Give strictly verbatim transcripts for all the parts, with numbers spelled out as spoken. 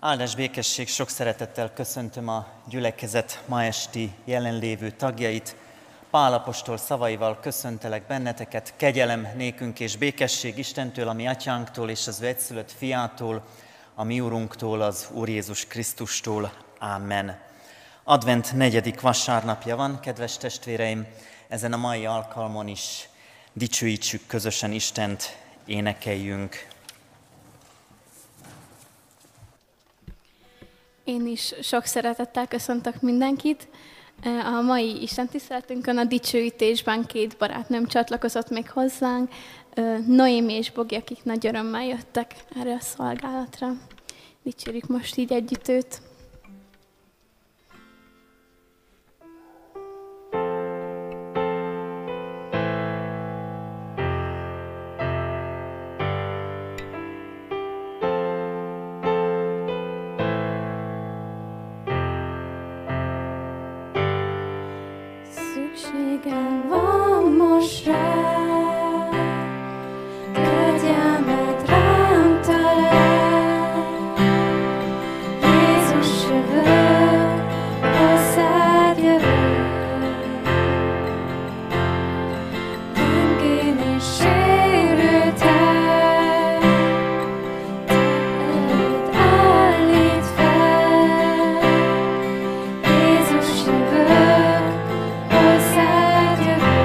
Áldás békesség, sok szeretettel köszöntöm a gyülekezet ma esti jelenlévő tagjait. Pál apostol szavaival köszöntelek benneteket, kegyelem nékünk és békesség Istentől, a mi atyánktól és az ő egyszülött fiától, a mi úrunktól, az Úr Jézus Krisztustól. Amen. Advent negyedik vasárnapja van, kedves testvéreim, ezen a mai alkalmon is dicsőítsük közösen Istent, énekeljünk. Én is sok szeretettel köszöntök mindenkit. A mai istentiszteletünkön a dicsőítésben két barátnőm csatlakozott még hozzánk, Noémi és Bogi, akik nagy örömmel jöttek erre a szolgálatra. Dicsérjük most így együtt őt. Szükségem van most rád, kegyelmed rám talál. Jézus, jövök, hozzád jövök. Gyengén és sérülten, te előtt állít fel. Jézus, jövök, hozzád jövök.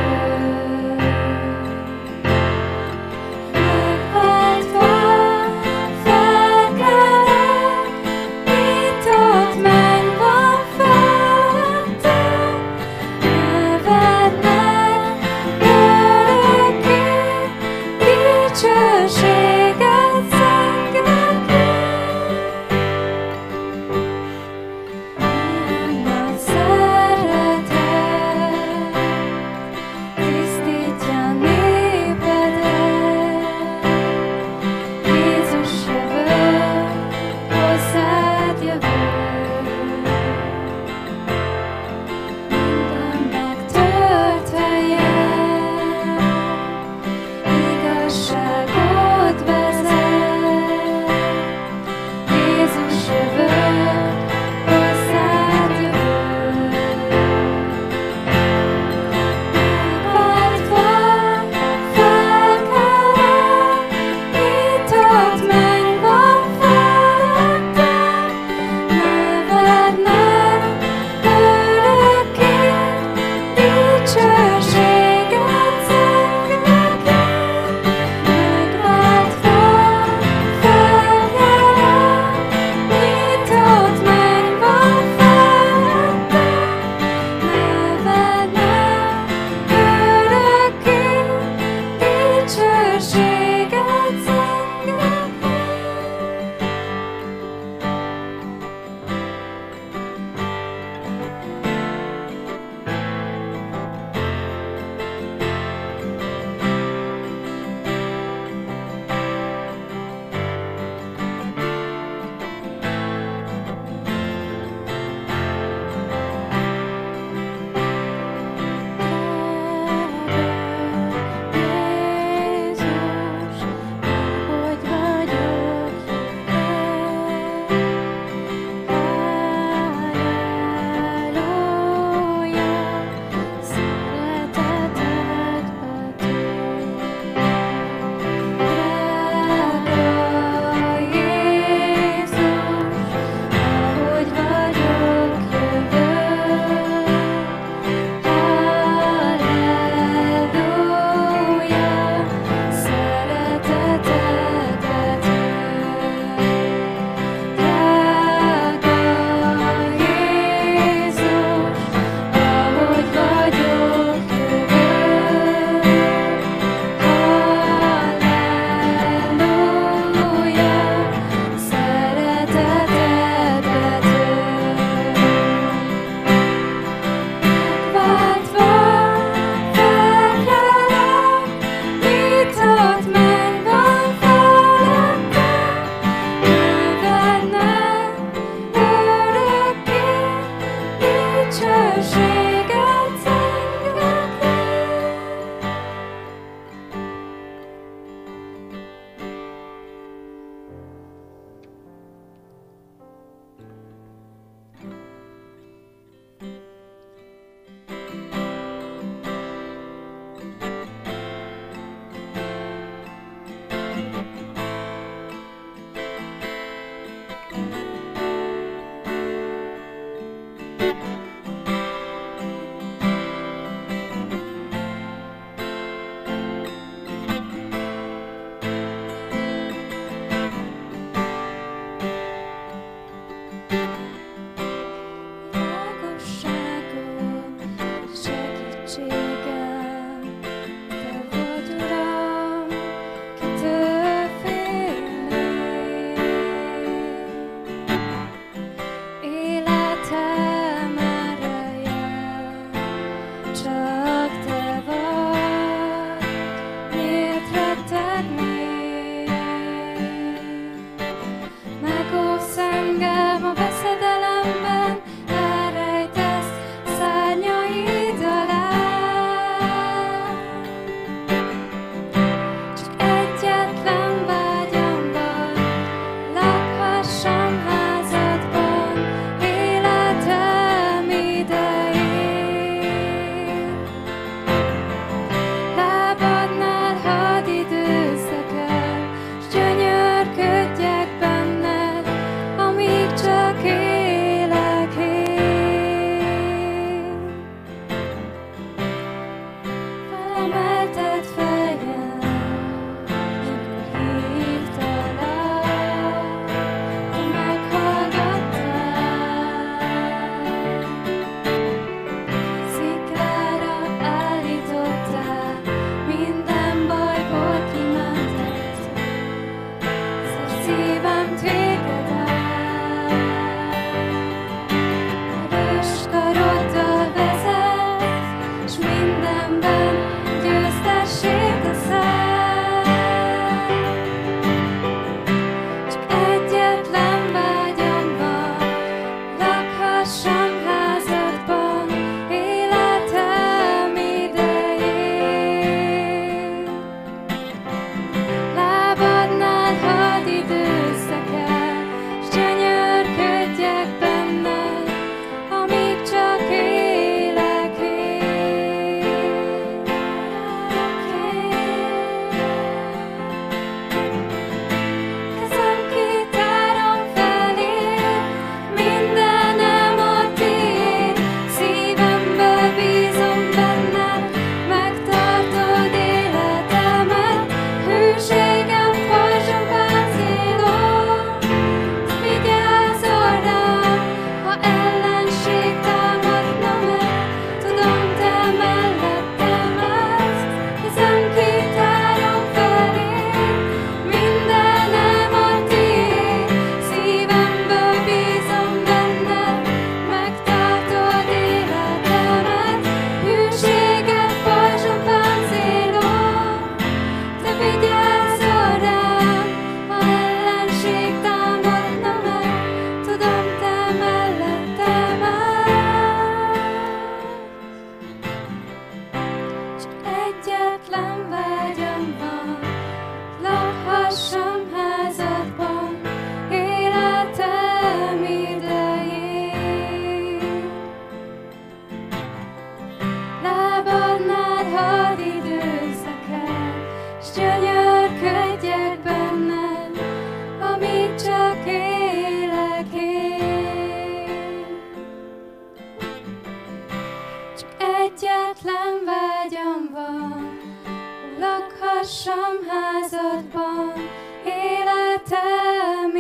lássam házadban életem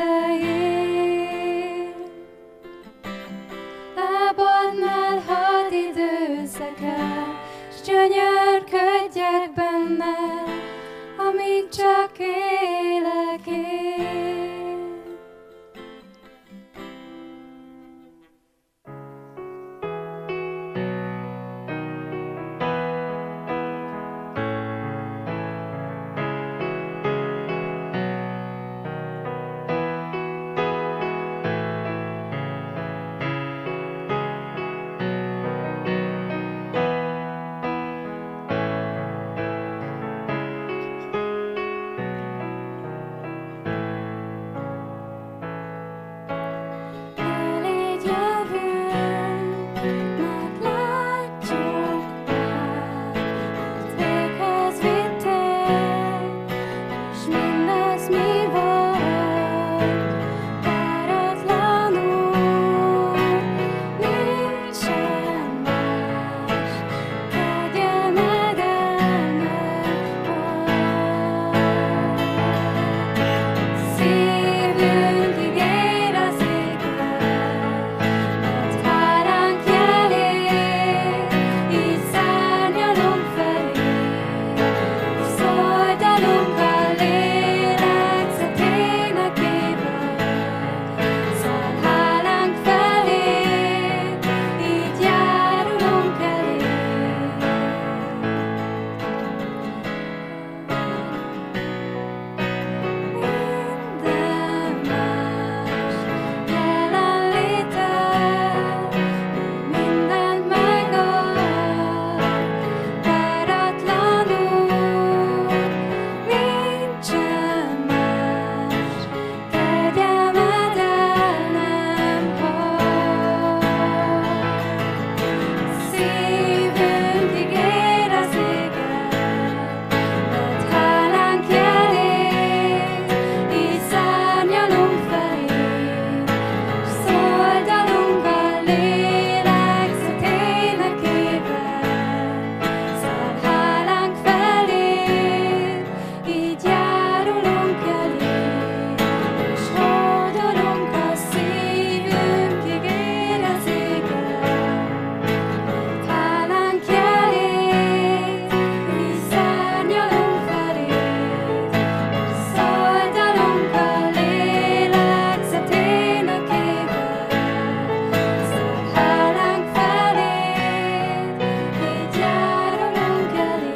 idején. Lábadnál hadd időzzek el, s gyönyörködjek benne, amíg csak élek én. Elégy jövünk, meglátjuk már, mert véghez vittél, és mindez mi volt, páratlanul, nincsen más, kegyemed elnek volt. Szívünk ígér az égen, add hálánk jelét, így szárnyalunk felé, és szolgálunk a lélegzet énekével. Száll hálánk felé, így járulunk elé. Minden más jelenléted, mindent megad, páratlanul, nincsen más, kegyemed el nem hagy. Szívünk ígér az égen, add hálánk jelét, így szárnyalunk felé, s szolgálunk a lélegzet énekével. Száll hálánk felé, így járulunk elé, és hódolunk a szívünk ígér az égen. Hálánk jelét, így szárnyalunk felé, és szolgálunk a lélegzet énekével. Száll hálánk felé, így járulunk elé.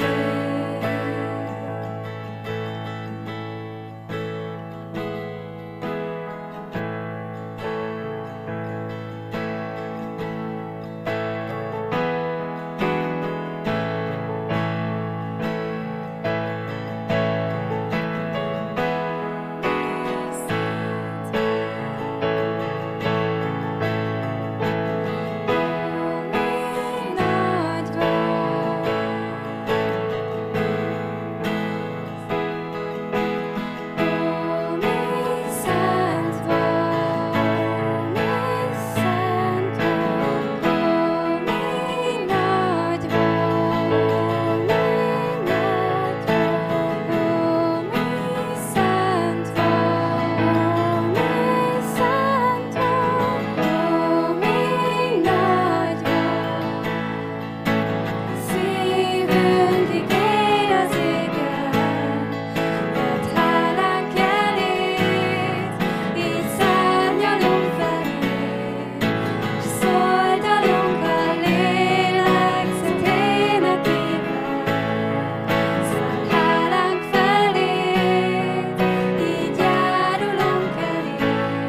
Szívünk ígér az égen, add hálánk jelét, így szárnyalunk felé, s szolgálunk a lélegzet énekével. Száll hálánk felé, így járulunk elé.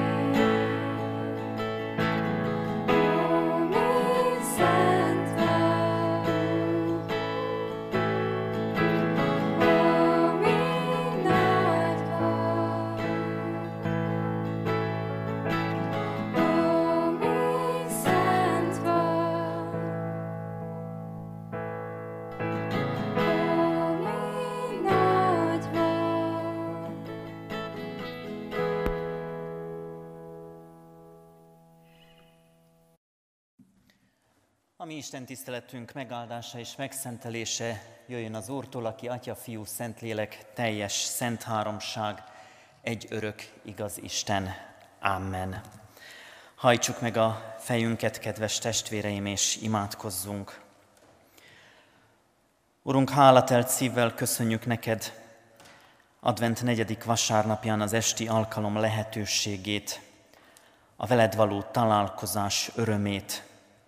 Ó, mi szent vagy, ó, mi nagy vagy, ó, mi szent vagy, ó, mi nagy vagy. A mi Isten tiszteletünk megáldása és megszentelése jöjjön az Úrtól, aki Atya, Fiú, Szentlélek, teljes szent háromság, egy örök, igaz Isten. Amen. Hajtsuk meg a fejünket, kedves testvéreim, és imádkozzunk. Urunk, hálatelt szívvel köszönjük neked advent negyedik vasárnapján az esti alkalom lehetőségét, a veled való találkozás örömét.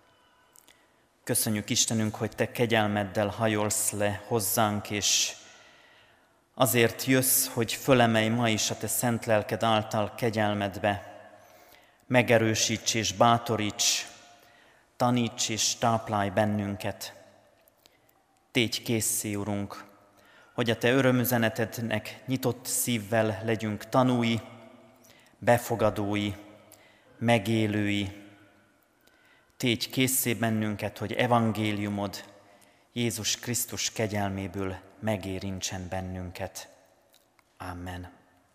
Köszönjük, Istenünk, hogy te kegyelmeddel hajolsz le hozzánk, és azért jössz, hogy fölemelj ma is a te szent lelked által kegyelmedbe, megerősíts és bátoríts, taníts és táplálj bennünket. Tégy készé, Urunk, hogy a te örömüzenetednek nyitott szívvel legyünk tanúi, befogadói, megélői. Tégy készé bennünket, hogy evangéliumod Jézus Krisztus kegyelméből megérintsen bennünket. Amen.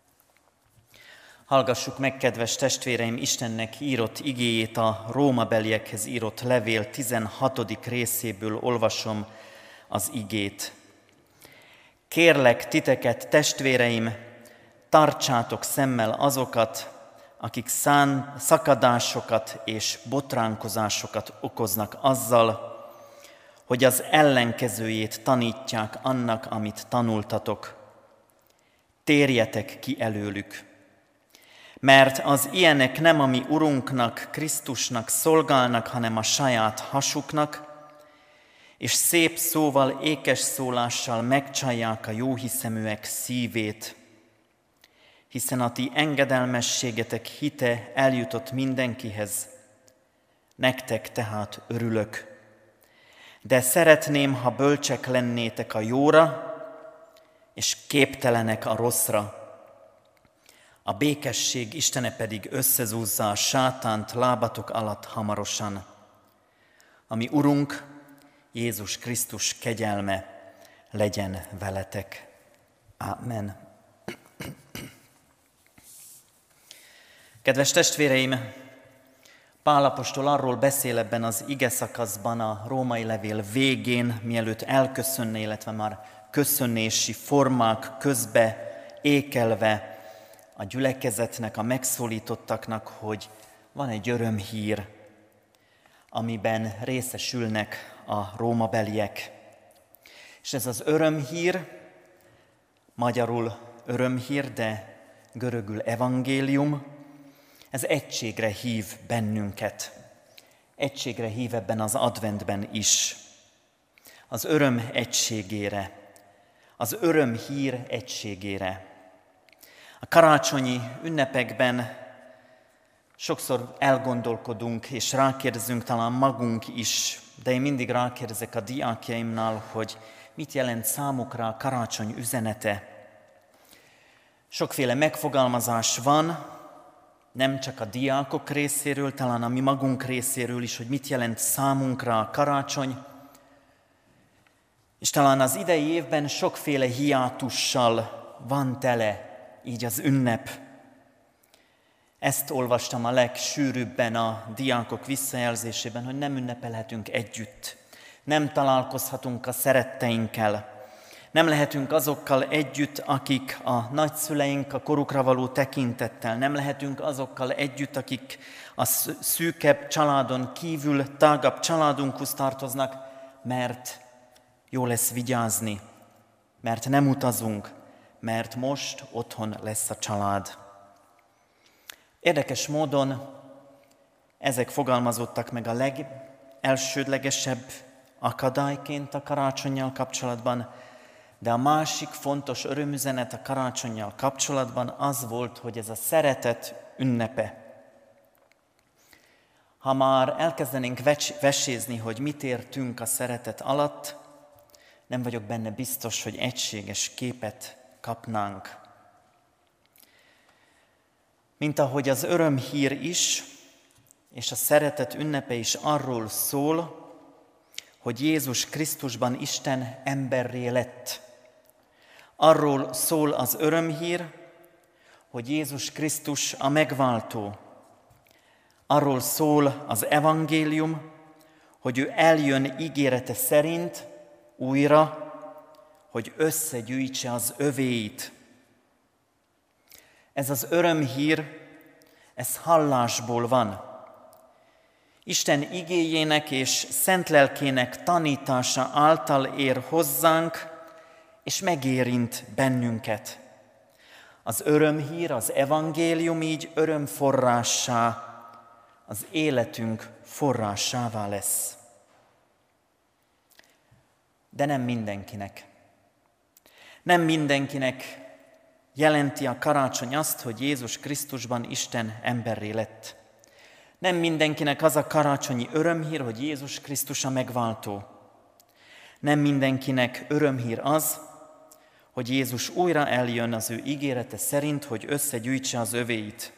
Hallgassuk meg, kedves testvéreim, Istennek írott igéjét, a Rómabeliekhez írott levél tizenhatodik részéből olvasom az igét. Kérlek titeket, testvéreim, tartsátok szemmel azokat, akik szán, szakadásokat és botránkozásokat okoznak azzal, hogy az ellenkezőjét tanítják annak, amit tanultatok. Térjetek ki előlük, mert az ilyenek nem a mi Urunknak, Krisztusnak szolgálnak, hanem a saját hasuknak, és szép szóval, ékes szólással megcsalják a jóhiszeműek szívét, hiszen a ti engedelmességetek hite eljutott mindenkihez. Nektek tehát örülök. De szeretném, ha bölcsek lennétek a jóra, és képtelenek a rosszra. A békesség Istene pedig összezúzza a sátánt lábatok alatt hamarosan. Ami Urunk, Jézus Krisztus kegyelme legyen veletek. Amen. Kedves testvéreim, Pál apostol arról beszél ebben az ige szakaszban a római levél végén, mielőtt elköszönne, illetve már köszönési formák közbe ékelve a gyülekezetnek, a megszólítottaknak, hogy van egy örömhír, amiben részesülnek a rómabeliek. És ez az örömhír, magyarul örömhír, de görögül evangélium, ez egységre hív bennünket. Egységre hív ebben az adventben is. Az öröm egységére, az örömhír egységére. A karácsonyi ünnepekben sokszor elgondolkodunk és rákérdezünk, talán magunk is, de én mindig rákérdezek a diákjaimnál, hogy mit jelent számukra a karácsony üzenete. Sokféle megfogalmazás van, nem csak a diákok részéről, talán a mi magunk részéről is, hogy mit jelent számunkra a karácsony. És talán az idei évben sokféle hiátussal van tele így az ünnep. Ezt olvastam a legsűrűbben a diákok visszajelzésében, hogy nem ünnepelhetünk együtt. Nem találkozhatunk a szeretteinkkel. Nem lehetünk azokkal együtt, akik a nagyszüleink a korukra való tekintettel. Nem lehetünk azokkal együtt, akik a szűkebb családon kívül tágabb családunkhoz tartoznak, mert jó lesz vigyázni, mert nem utazunk, mert most otthon lesz a család. Érdekes módon ezek fogalmazottak meg a legelsődlegesebb akadályként a karácsonnyal kapcsolatban, de a másik fontos örömüzenet a karácsonnyal kapcsolatban az volt, hogy ez a szeretet ünnepe. Ha már elkezdenénk vesézni, hogy mit értünk a szeretet alatt, nem vagyok benne biztos, hogy egységes képet kapnánk. Mint ahogy az örömhír is, és a szeretet ünnepe is arról szól, hogy Jézus Krisztusban Isten emberré lett. Arról szól az örömhír, hogy Jézus Krisztus a megváltó. Arról szól az evangélium, hogy ő eljön ígérete szerint újra, hogy összegyűjtse az övéit. Ez az örömhír, ez hallásból van. Isten igéjének és szent lelkének tanítása által ér hozzánk, és megérint bennünket. Az örömhír, az evangélium így örömforrássá, az életünk forrásává lesz. De nem mindenkinek. Nem mindenkinek jelenti a karácsony azt, hogy Jézus Krisztusban Isten emberré lett. Nem mindenkinek az a karácsonyi örömhír, hogy Jézus Krisztus a megváltó. Nem mindenkinek örömhír az, hogy Jézus újra eljön az ő ígérete szerint, hogy összegyűjtse az övéit.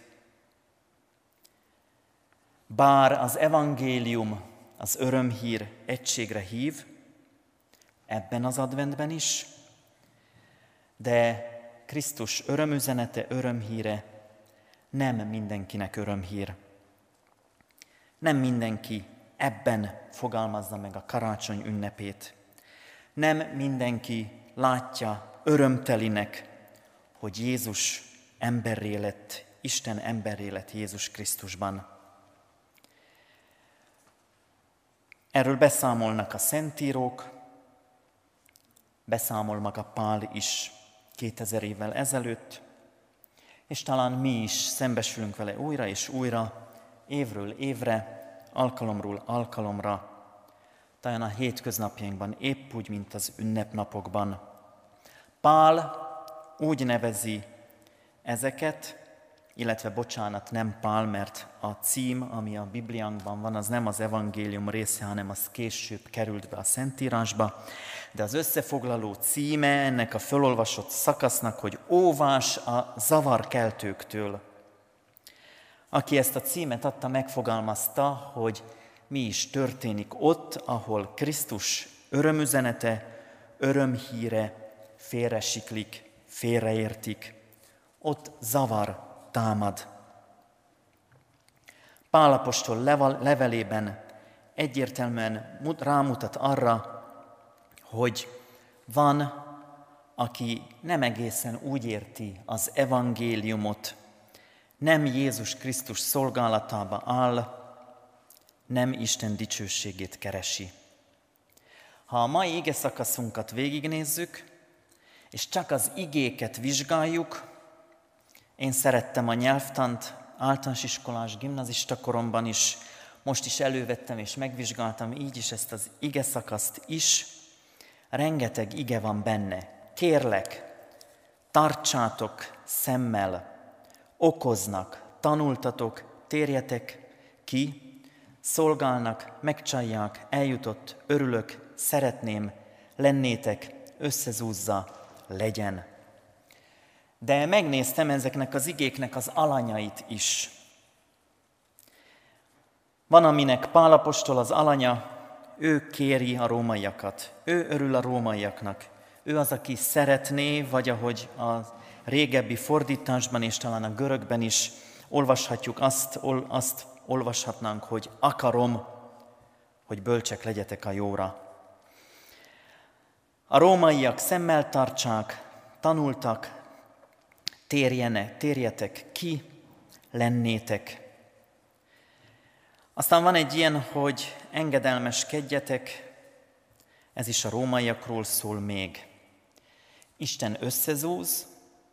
Bár az evangélium, az örömhír egységre hív, ebben az adventben is, de Krisztus örömüzenete, örömhíre nem mindenkinek örömhír. Nem mindenki ebben fogalmazza meg a karácsony ünnepét. Nem mindenki látja örömtelinek, hogy Jézus emberré lett, Isten emberré lett Jézus Krisztusban. Erről beszámolnak a szentírók, beszámol maga Pál is kétezer évvel ezelőtt, és talán mi is szembesülünk vele újra és újra, évről évre, alkalomról alkalomra, talán a hétköznapjainkban épp úgy, mint az ünnepnapokban. Pál úgy nevezi ezeket, illetve bocsánat, nem Pál, mert a cím, ami a Bibliánkban van, az nem az evangélium része, hanem az később került be a Szentírásba, de az összefoglaló címe ennek a fölolvasott szakasznak, hogy óvás a zavarkeltőktől. Aki ezt a címet adta, megfogalmazta, hogy mi is történik ott, ahol Krisztus örömüzenete, örömhíre félresiklik, félreértik. Ott zavar támad. Pál apostol levelében egyértelműen rámutat arra, hogy van, aki nem egészen úgy érti az evangéliumot, nem Jézus Krisztus szolgálatába áll, nem Isten dicsőségét keresi. Ha a mai igeszakaszunkat végignézzük, és csak az igéket vizsgáljuk, én szerettem a nyelvtant általános iskolás gimnazista koromban is, most is elővettem és megvizsgáltam így is ezt az igeszakaszt is. Rengeteg ige van benne. Kérlek, tartsátok szemmel, okoznak, tanultatok, térjetek ki, szolgálnak, megcsalják, eljutott, örülök, szeretném, lennétek, összezúzza, legyen. De megnéztem ezeknek az igéknek az alanyait is. Van, aminek Pál apostol az alanya, ő kéri a rómaiakat, ő örül a rómaiaknak. Ő az, aki szeretné, vagy ahogy a régebbi fordításban és talán a görögben is olvashatjuk, azt, ol, azt olvashatnánk, hogy akarom, hogy bölcsek legyetek a jóra. A rómaiak szemmel tartsák, tanultak, térjenek, térjetek ki, lennétek. Aztán van egy ilyen, hogy engedelmeskedjetek, ez is a rómaiakról szól még. Isten összezúz,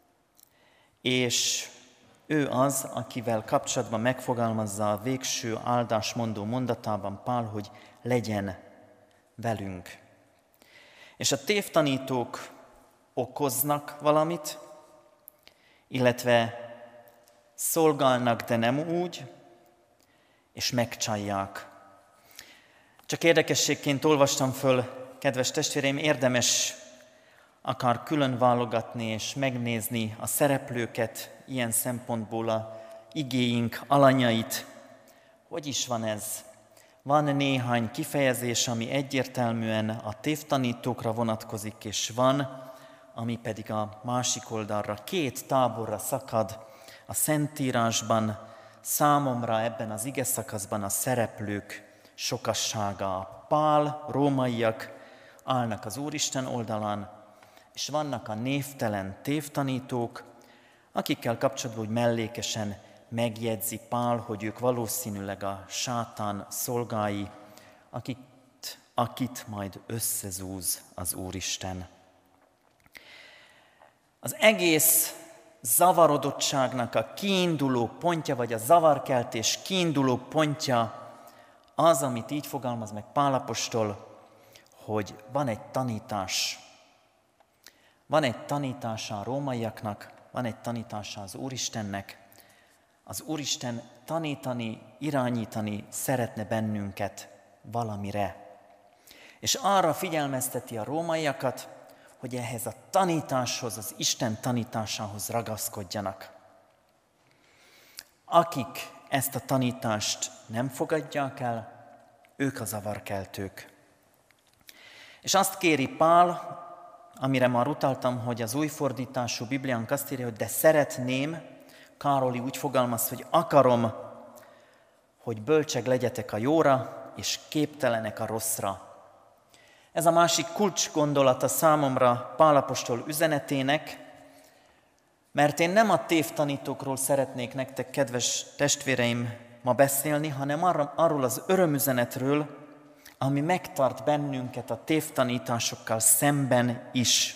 és ő az, akivel kapcsolatban megfogalmazza a végső áldásmondó mondatában Pál, hogy legyen velünk. És a tévtanítók okoznak valamit, illetve szolgálnak, de nem úgy, és megcsalják. Csak érdekességként olvastam föl, kedves testvéreim, érdemes akár külön válogatni és megnézni a szereplőket, ilyen szempontból a igéink alanyait. Hogy is van ez? Van néhány kifejezés, ami egyértelműen a tévtanítókra vonatkozik, és van, ami pedig a másik oldalra, két táborra szakad a Szentírásban, számomra ebben az ige szakaszban a szereplők sokassága. Pál, rómaiak állnak az Úristen oldalán, és vannak a névtelen tévtanítók, akikkel kapcsolatban úgy mellékesen megjegyzi Pál, hogy ők valószínűleg a sátán szolgái, akit, akit majd összezúz az Úristen. Az egész zavarodottságnak a kiinduló pontja, vagy a zavarkeltés kiinduló pontja az, amit így fogalmaz meg Pál apostol, hogy van egy tanítás. Van egy tanítása a rómaiaknak, van egy tanítása az Úristennek. Az Úristen tanítani, irányítani szeretne bennünket valamire. És arra figyelmezteti a rómaiakat, hogy ehhez a tanításhoz, az Isten tanításához ragaszkodjanak. Akik ezt a tanítást nem fogadják el, ők a zavarkeltők. És azt kéri Pál, amire már utaltam, hogy az új fordítású Bibliánk azt írja, hogy de szeretném, Károli úgy fogalmaz, hogy akarom, hogy bölcsek legyetek a jóra, és képtelenek a rosszra. Ez a másik kulcsgondolata számomra Pál apostol üzenetének, mert én nem a tévtanítókról szeretnék nektek, kedves testvéreim, ma beszélni, hanem arról az örömüzenetről, ami megtart bennünket a tévtanításokkal szemben is.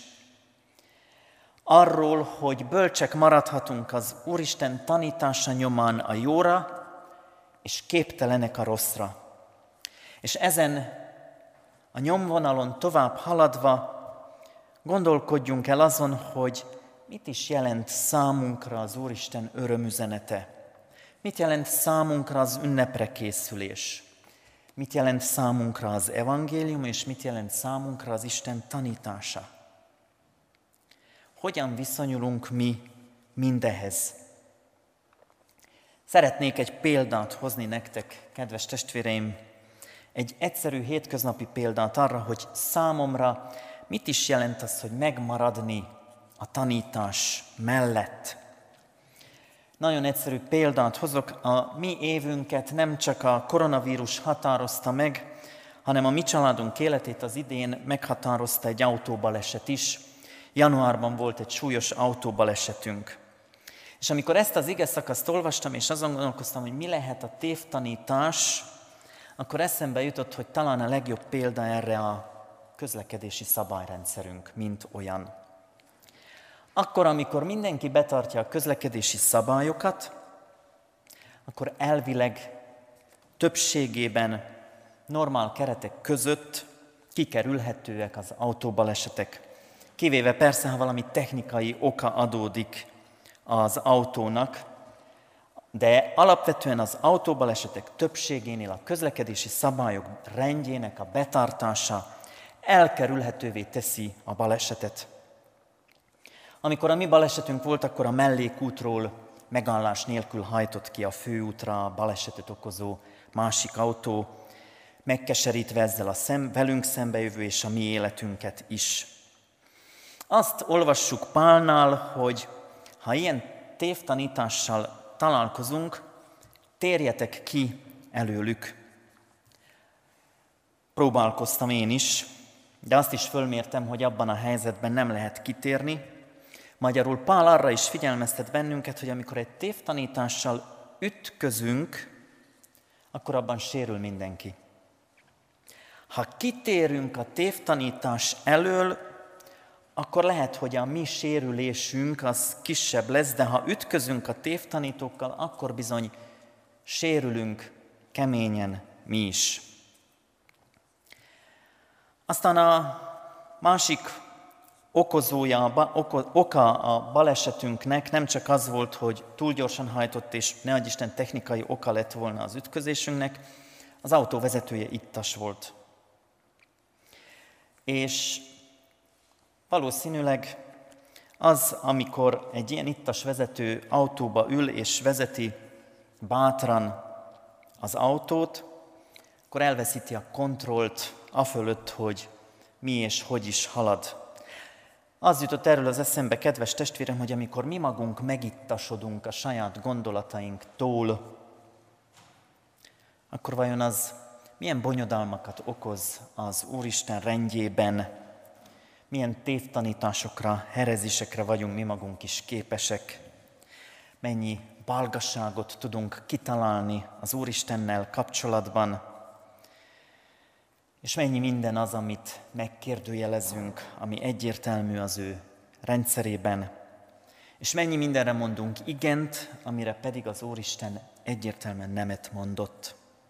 Arról, hogy bölcsek maradhatunk az Úristen tanítása nyomán a jóra, és képtelenek a rosszra. És ezen a nyomvonalon tovább haladva gondolkodjunk el azon, hogy mit is jelent számunkra az Úristen örömüzenete. Mit jelent számunkra az ünnepre készülés. Mit jelent számunkra az evangélium, és mit jelent számunkra az Isten tanítása. Hogyan viszonyulunk mi mindehez? Szeretnék egy példát hozni nektek, kedves testvéreim, egy egyszerű hétköznapi példát arra, hogy számomra mit is jelent az, hogy megmaradni a tanítás mellett. Nagyon egyszerű példát hozok, a mi évünket nem csak a koronavírus határozta meg, hanem a mi családunk életét az idén meghatározta egy autóbaleset is. Januárban volt egy súlyos autóbalesetünk. És amikor ezt az ige szakaszt olvastam, és azon gondolkoztam, hogy mi lehet a tévtanítás, akkor eszembe jutott, hogy talán a legjobb példa erre a közlekedési szabályrendszerünk, mint olyan. Akkor, amikor mindenki betartja a közlekedési szabályokat, akkor elvileg többségében normál keretek között kikerülhetőek az autóbalesetek. Kivéve persze, ha valami technikai oka adódik az autónak, de alapvetően az autóbalesetek többségénél a közlekedési szabályok rendjének a betartása elkerülhetővé teszi a balesetet. Amikor a mi balesetünk volt, akkor a mellékútról megállás nélkül hajtott ki a főútra a balesetet okozó másik autó, megkeserítve ezzel a szem, velünk szembejövő és a mi életünket is. Azt olvassuk Pálnál, hogy ha ilyen tévtanítással találkozunk, térjetek ki előlük. Próbálkoztam én is, de azt is fölmértem, hogy abban a helyzetben nem lehet kitérni. Magyarul Pál arra is figyelmeztet bennünket, hogy amikor egy tévtanítással ütközünk, akkor abban sérül mindenki. Ha kitérünk a tévtanítás elől, akkor lehet, hogy a mi sérülésünk az kisebb lesz, de ha ütközünk a tévtanítókkal, akkor bizony sérülünk keményen mi is. Aztán a másik okozója, oka a balesetünknek nem csak az volt, hogy túl gyorsan hajtott, és ne adj Isten technikai oka lett volna az ütközésünknek, az autó vezetője ittas volt. És valószínűleg az, amikor egy ilyen ittas vezető autóba ül és vezeti bátran az autót, akkor elveszíti a kontrollt afölött, hogy mi és hogy is halad. Az jutott erről az eszembe, kedves testvérem, hogy amikor mi magunk megittasodunk a saját gondolatainktól, akkor vajon az milyen bonyodalmakat okoz az Úristen rendjében, milyen tévtanításokra, herezésekre vagyunk mi magunk is képesek, mennyi balgasságot tudunk kitalálni az Úristennel kapcsolatban, és mennyi minden az, amit megkérdőjelezünk, ami egyértelmű az ő rendszerében, és mennyi mindenre mondunk igent, amire pedig az Úristen egyértelműen nemet mondott.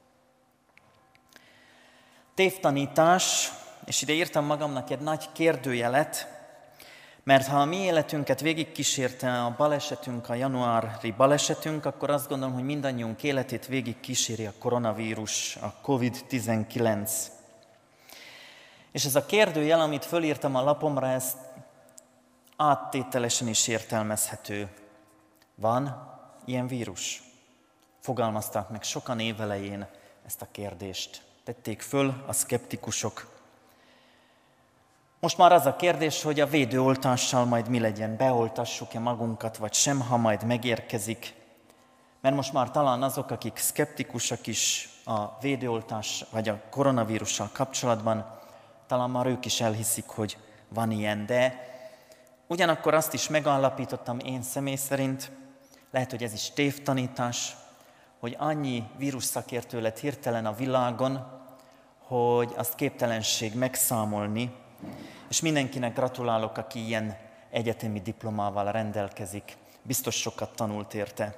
Tévtanítás, és ide írtam magamnak egy nagy kérdőjelet, mert ha a mi életünket végigkísérte a balesetünk, a januári balesetünk, akkor azt gondolom, hogy mindannyiunk életét végigkíséri a koronavírus, a kovid tizenkilenc. És ez a kérdőjel, amit fölírtam a lapomra, ez áttételesen is értelmezhető. Van ilyen vírus? Fogalmazták meg sokan évelején ezt a kérdést. Tették föl a szkeptikusok. Most már az a kérdés, hogy a védőoltással majd mi legyen, beoltassuk-e magunkat, vagy sem, ha majd megérkezik. Mert most már talán azok, akik szkeptikusak is a védőoltás vagy a koronavírussal kapcsolatban, talán már ők is elhiszik, hogy van ilyen, de ugyanakkor azt is megállapítottam én személy szerint, lehet, hogy ez is tévtanítás, hogy annyi vírusszakértő lett hirtelen a világon, hogy azt képtelenség megszámolni, és mindenkinek gratulálok, aki ilyen egyetemi diplomával rendelkezik. Biztos sokat tanult érte.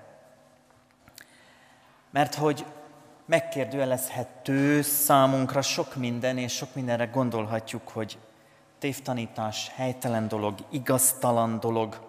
Mert hogy megkérdőjelezhető számunkra sok minden, és sok mindenre gondolhatjuk, hogy tévtanítás helytelen dolog, igaztalan dolog.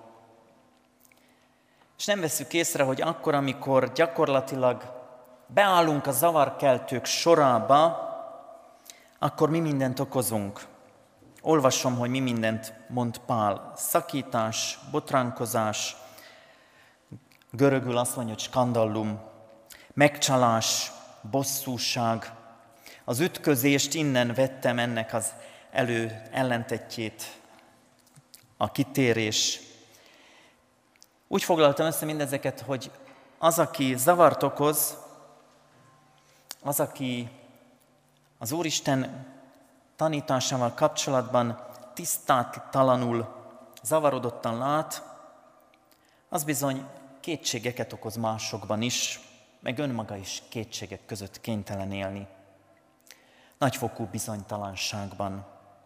És nem veszük észre, hogy akkor, amikor gyakorlatilag beállunk a zavarkeltők sorába, akkor mi mindent okozunk. Olvasom, hogy mi mindent mond Pál. Szakítás, botránkozás, görögül azt mondja, hogy skandallum, megcsalás, bosszúság. Az ütközést innen vettem ennek az elő ellentetjét, a kitérés. Úgy foglaltam össze mindezeket, hogy az, aki zavart okoz, az, aki az Úristen tanításával kapcsolatban tisztátalanul, zavarodottan lát, az bizony kétségeket okoz másokban is, meg önmaga is kétségek között kénytelen élni. Nagyfokú bizonytalanságban.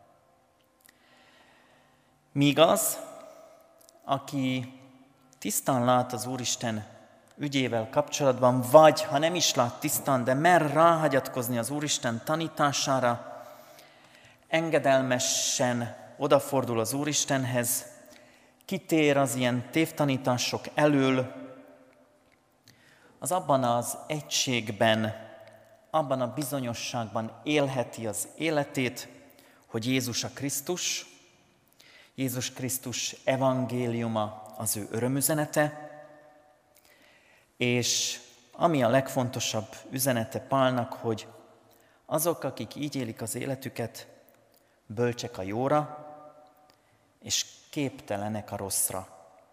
Míg az, aki tisztán lát az Úristen ügyével kapcsolatban, vagy ha nem is lát tisztán, de mer ráhagyatkozni az Úristen tanítására, engedelmesen odafordul az Úristenhez, kitér az ilyen tévtanítások elől, az abban az egységben, abban a bizonyosságban élheti az életét, hogy Jézus a Krisztus, Jézus Krisztus evangéliuma az ő örömüzenete, és ami a legfontosabb üzenete Pálnak, hogy azok, akik így élik az életüket, bölcsek a jóra, és képtelenek a rosszra.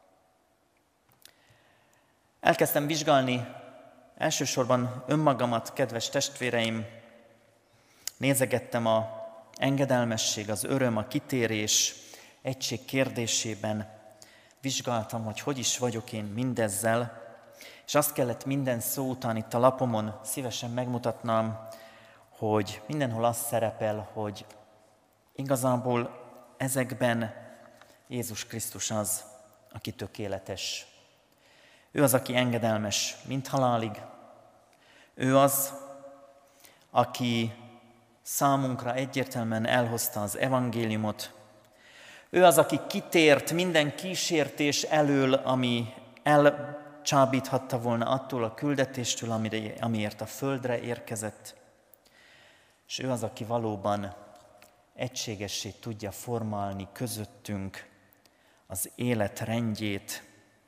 Elkezdtem vizsgálni elsősorban önmagamat, kedves testvéreim, nézegettem a engedelmesség, az öröm, a kitérés, egység kérdésében, vizsgáltam, hogy hogy is vagyok én mindezzel, és azt kellett minden szó után itt a lapomon szívesen megmutatnám, hogy mindenhol az szerepel, hogy igazából ezekben Jézus Krisztus az, aki tökéletes. Ő az, aki engedelmes mind halálig. Ő az, aki számunkra egyértelműen elhozta az evangéliumot. Ő az, aki kitért minden kísértés elől, ami elcsábíthatta volna attól a küldetéstől, amiért a földre érkezett. És ő az, aki valóban egységessé tudja formálni közöttünk az élet rendjét.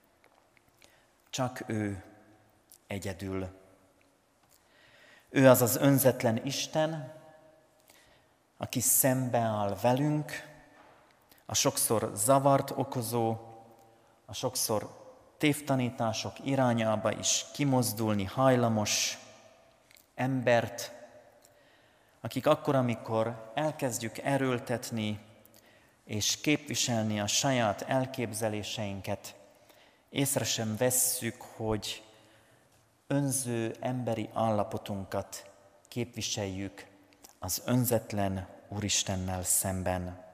Csak ő egyedül. Ő az az önzetlen Isten, aki szembeáll velünk, a sokszor zavart okozó, a sokszor tévtanítások irányába is kimozdulni hajlamos embert, akik akkor, amikor elkezdjük erőltetni és képviselni a saját elképzeléseinket. Észre sem vesszük, hogy önző emberi állapotunkat képviseljük az önzetlen Úristennel szemben.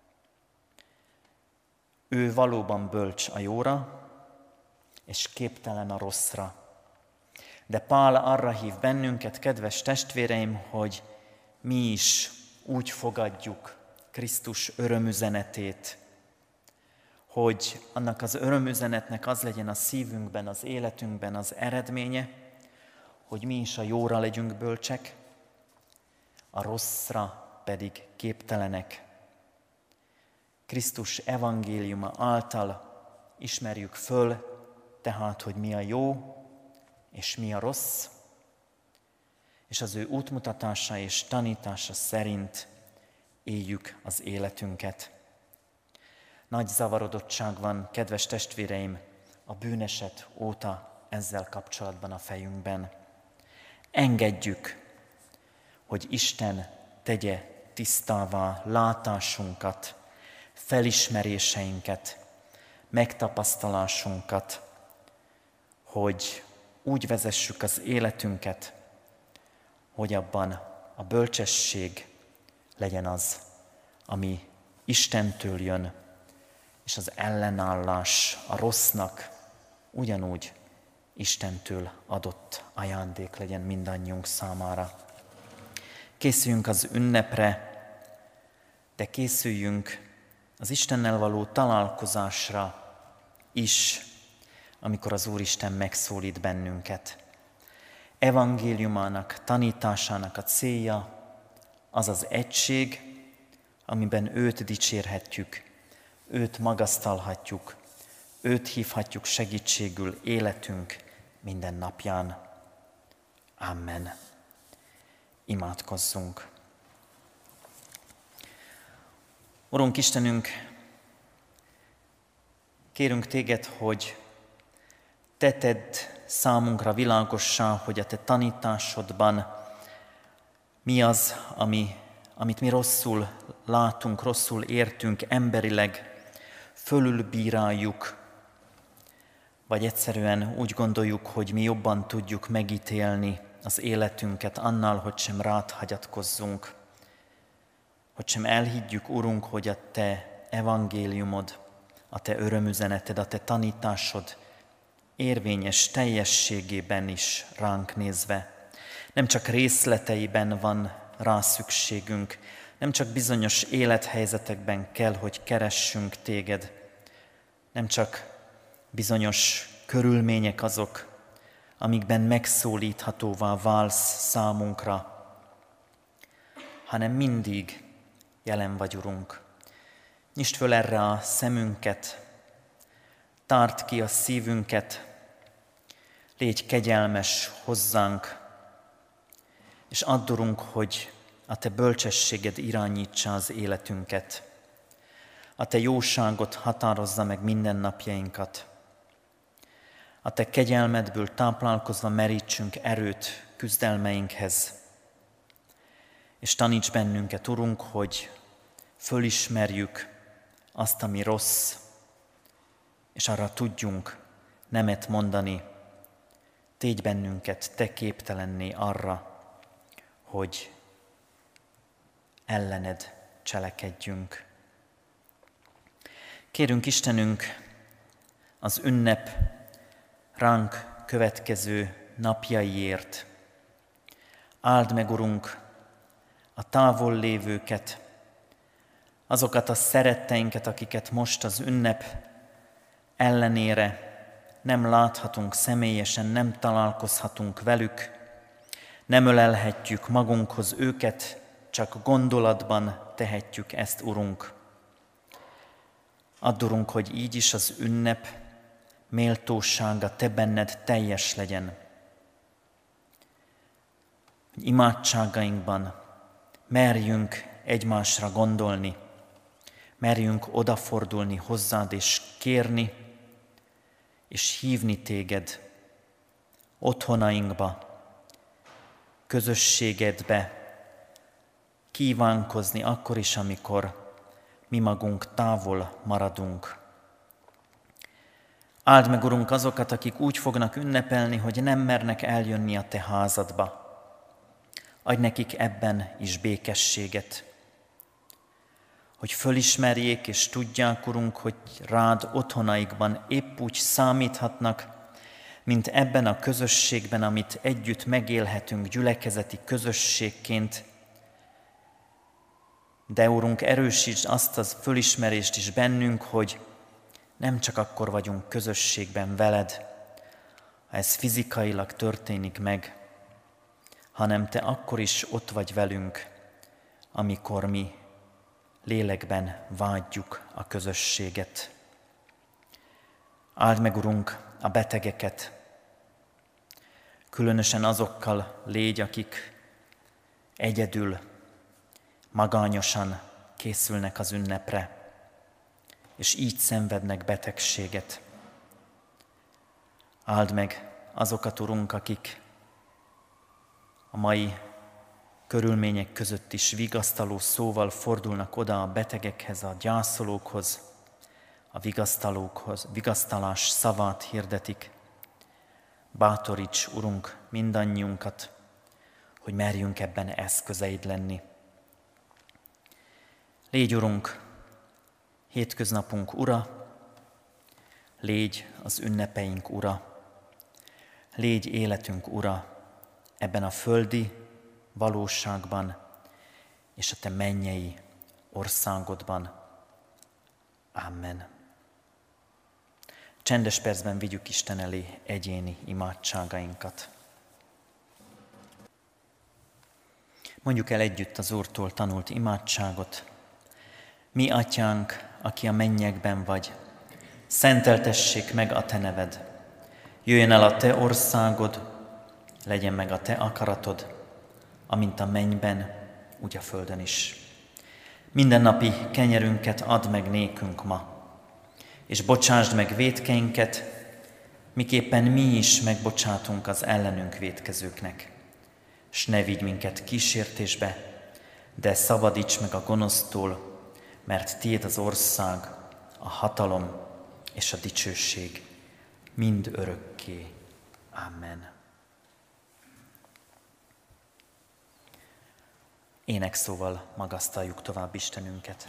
Ő valóban bölcs a jóra, és képtelen a rosszra. De Pál arra hív bennünket, kedves testvéreim, hogy mi is úgy fogadjuk Krisztus örömüzenetét, hogy annak az örömüzenetnek az legyen a szívünkben, az életünkben az eredménye, hogy mi is a jóra legyünk bölcsek, a rosszra pedig képtelenek. Krisztus evangéliuma által ismerjük föl, tehát, hogy mi a jó és mi a rossz, és az ő útmutatása és tanítása szerint éljük az életünket. Nagy zavarodottság van, kedves testvéreim, a bűneset óta ezzel kapcsolatban a fejünkben. Engedjük, hogy Isten tegye tisztává látásunkat, felismeréseinket, megtapasztalásunkat, hogy úgy vezessük az életünket, hogy abban a bölcsesség legyen az, ami Istentől jön, és az ellenállás a rossznak ugyanúgy Istentől adott ajándék legyen mindannyiunk számára. Készüljünk az ünnepre, de készüljünk az Istennel való találkozásra is, amikor az Úristen megszólít bennünket. Evangéliumának, tanításának a célja az az egység, amiben őt dicsérhetjük, őt magasztalhatjuk, őt hívhatjuk segítségül életünk minden napján. Amen. Imádkozzunk. Urunk Istenünk, kérünk Téged, hogy Te tedd számunkra világossá, hogy a Te tanításodban mi az, ami, amit mi rosszul látunk, rosszul értünk emberileg, fölülbíráljuk, vagy egyszerűen úgy gondoljuk, hogy mi jobban tudjuk megítélni az életünket annál, hogy sem rád hagyatkozzunk, hogy sem elhiggyük, Urunk, hogy a Te evangéliumod, a Te örömüzeneted, a Te tanításod érvényes teljességében is ránk nézve. Nem csak részleteiben van rá szükségünk, nem csak bizonyos élethelyzetekben kell, hogy keressünk Téged, nem csak bizonyos körülmények azok, amikben megszólíthatóvá válsz számunkra, hanem mindig jelen vagy, Urunk. Nyisd föl erre a szemünket, tárd ki a szívünket, légy kegyelmes hozzánk, és add, Urunk, hogy a Te bölcsességed irányítsa az életünket, a Te jóságot határozza meg mindennapjainkat, a Te kegyelmedből táplálkozva merítsünk erőt küzdelmeinkhez, és taníts bennünket, Urunk, hogy fölismerjük azt, ami rossz, és arra tudjunk nemet mondani. Tégy bennünket Te képtelenné arra, hogy ellened cselekedjünk. Kérünk Istenünk az ünnep ránk következő napjaiért. Áld meg, Urunk, a távol lévőket, azokat a szeretteinket, akiket most az ünnep ellenére nem láthatunk személyesen, nem találkozhatunk velük, nem ölelhetjük magunkhoz őket, csak gondolatban tehetjük ezt, Urunk. Add, Urunk, hogy így is az ünnep méltósága Te benned teljes legyen. Hogy imádságainkban merjünk egymásra gondolni, merjünk odafordulni hozzád és kérni, és hívni Téged otthonainkba, közösségedbe, kívánkozni akkor is, amikor mi magunk távol maradunk. Áld meg, Urunk, azokat, akik úgy fognak ünnepelni, hogy nem mernek eljönni a Te házadba. Adj nekik ebben is békességet, hogy fölismerjék és tudják, Urunk, hogy rád otthonaikban épp úgy számíthatnak, mint ebben a közösségben, amit együtt megélhetünk gyülekezeti közösségként. De, Urunk, erősítsd azt az fölismerést is bennünk, hogy nem csak akkor vagyunk közösségben veled, ha ez fizikailag történik meg, hanem Te akkor is ott vagy velünk, amikor mi lélekben vágyjuk a közösséget. Áld meg, Urunk, a betegeket, különösen azokkal légy, akik egyedül, magányosan készülnek az ünnepre, és így szenvednek betegséget. Áld meg azokat, Urunk, akik a mai körülmények között is vigasztaló szóval fordulnak oda a betegekhez, a gyászolókhoz, a vigasztalókhoz, vigasztalás szavát hirdetik. Bátoríts, Urunk, mindannyiunkat, hogy merjünk ebben eszközeid lenni. Légy, Urunk, hétköznapunk ura, légy az ünnepeink ura, légy életünk ura ebben a földi valóságban és a Te mennyei országodban. Amen. Csendes percben vigyük Isten elé egyéni imádságainkat. Mondjuk el együtt az Úrtól tanult imádságot. Mi, Atyánk, aki a mennyekben vagy, szenteltessék meg a Te neved. Jöjjön el a Te országod, legyen meg a Te akaratod, amint a mennyben, úgy a földön is. Mindennapi kenyerünket add meg nékünk ma, és bocsásd meg vétkeinket, miképpen mi is megbocsátunk az ellenünk vétkezőknek. S ne vigy minket kísértésbe, de szabadíts meg a gonosztól, mert tiéd az ország, a hatalom és a dicsőség mind örökké. Amen. Énekszóval magasztaljuk tovább Istenünket.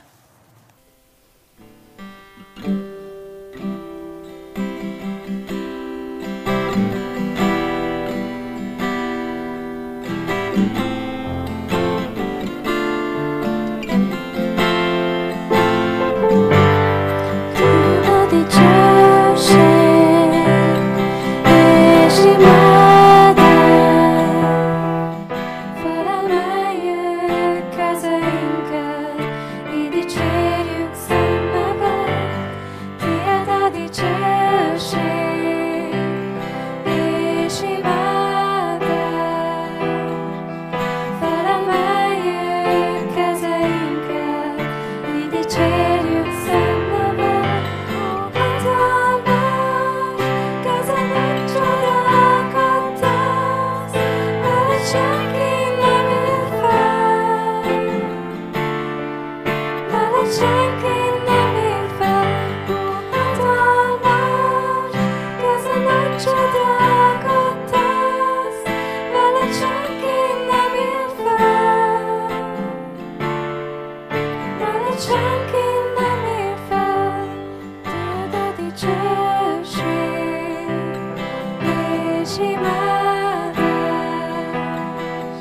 Imádás,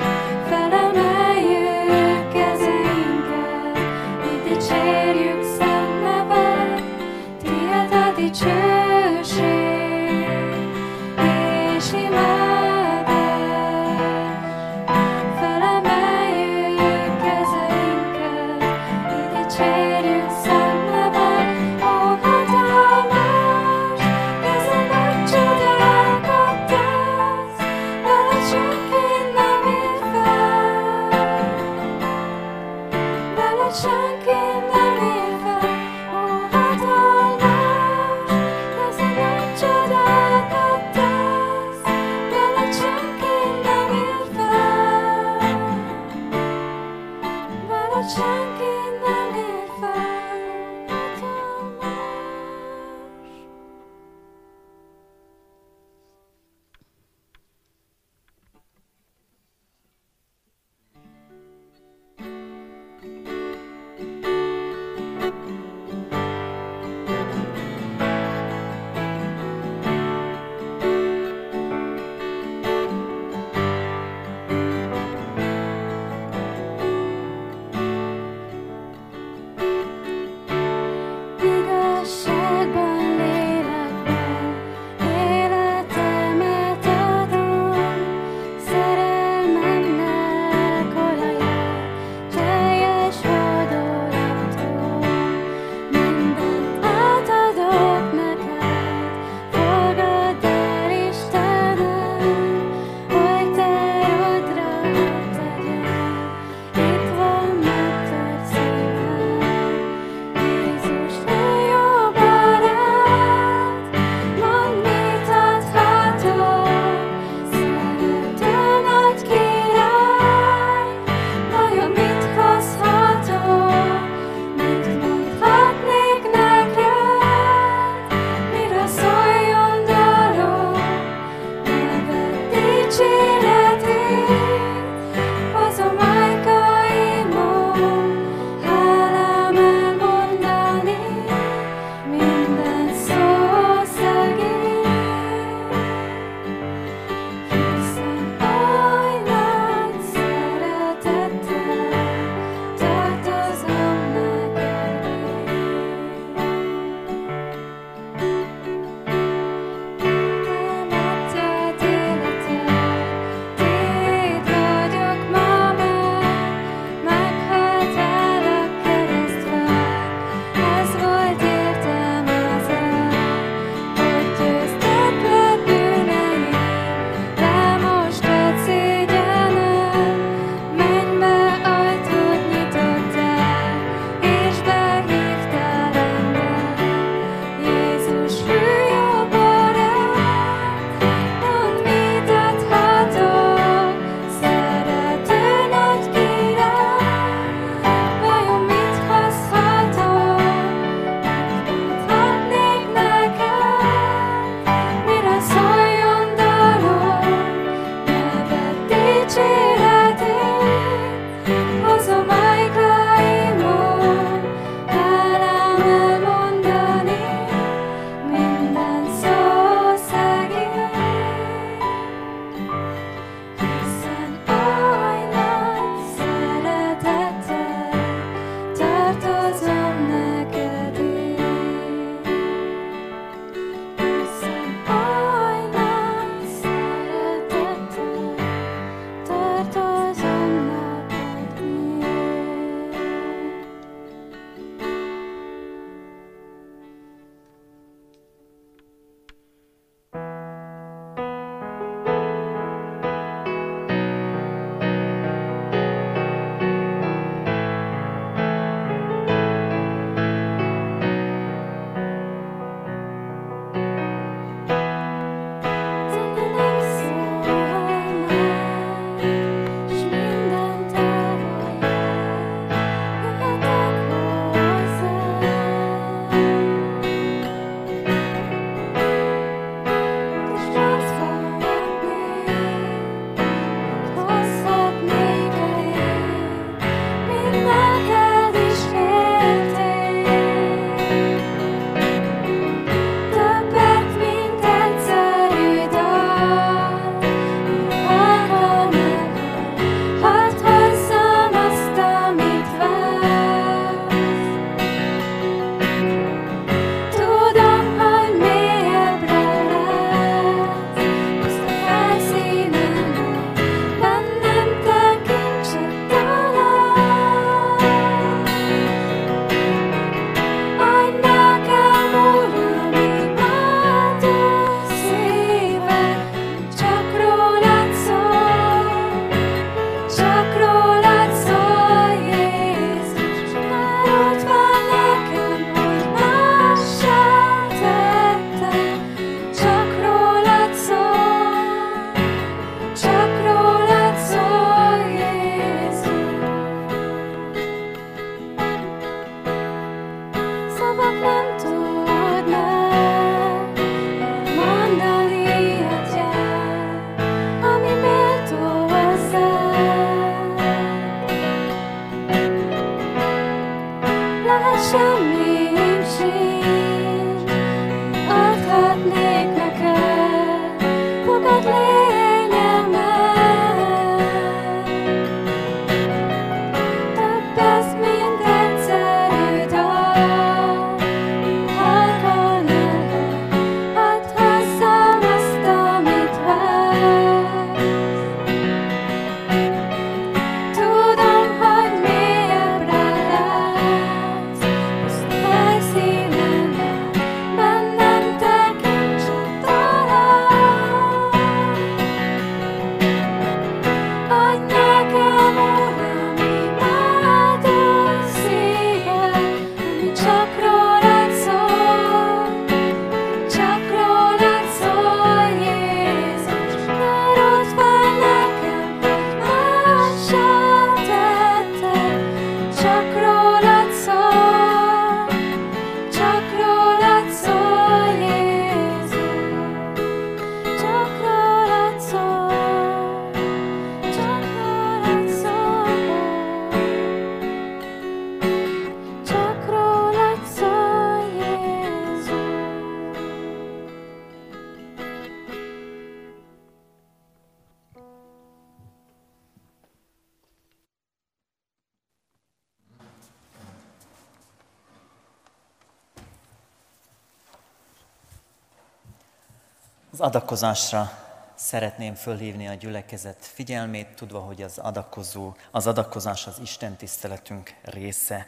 Az adakozásra szeretném fölhívni a gyülekezet figyelmét, tudva, hogy az adakozó, az adakozás az Isten tiszteletünk része.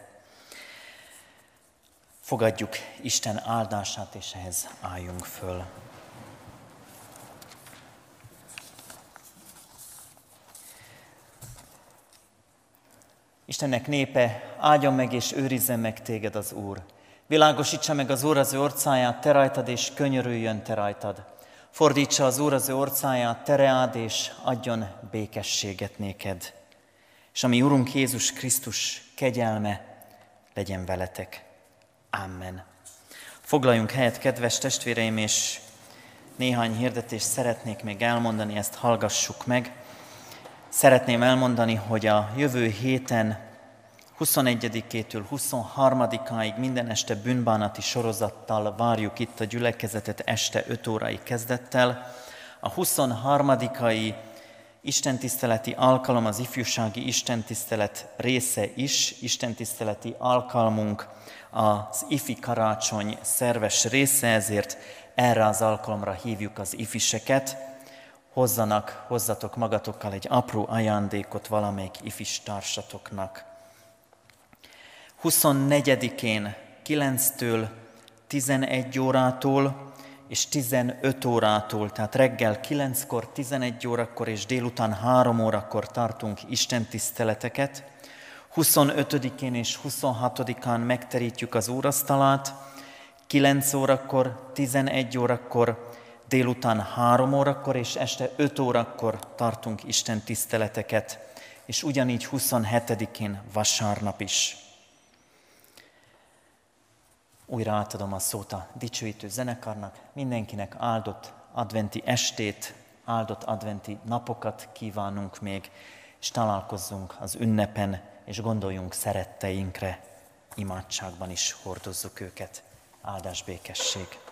Fogadjuk Isten áldását, és ehhez álljunk föl. Istennek népe, áldjon meg és őrizzen meg téged az Úr. Világosítsa meg az Úr az ő orcáját te rajtad, és könyörüljön te rajtad. Fordítsa az Úr az ő orcáját te reád, és adjon békességet néked. És a mi Urunk Jézus Krisztus kegyelme legyen veletek. Amen. Foglaljunk helyet, kedves testvéreim, és néhány hirdetést szeretnék még elmondani, ezt hallgassuk meg. Szeretném elmondani, hogy a jövő héten huszonegyedikétől huszonharmadikáig minden este bűnbánati sorozattal várjuk itt a gyülekezetet este öt órai kezdettel. A huszonharmadikai istentiszteleti alkalom az ifjúsági istentisztelet része is, istentiszteleti alkalmunk az ifi karácsony szerves része, ezért erre az alkalomra hívjuk az ifiseket. Hozzanak, hozzatok magatokkal egy apró ajándékot valamelyik ifis társatoknak. huszonnegyedikén kilenctől tizenegy órától és tizenöt órától, tehát reggel kilenckor, tizenegy órakor és délután három órakor tartunk istentiszteleteket. huszonötödikén és huszonhatodikán megterítjük az úrasztalát, kilenc órakor, tizenegy órakor, délután három órakor és este öt órakor tartunk istentiszteleteket, és ugyanígy huszonhetedikén vasárnap is. Újra átadom a szót a dicsőítő zenekarnak. Mindenkinek áldott adventi estét, áldott adventi napokat kívánunk még, és találkozzunk az ünnepen, és gondoljunk szeretteinkre, imádságban is hordozzuk őket. Áldás, békesség!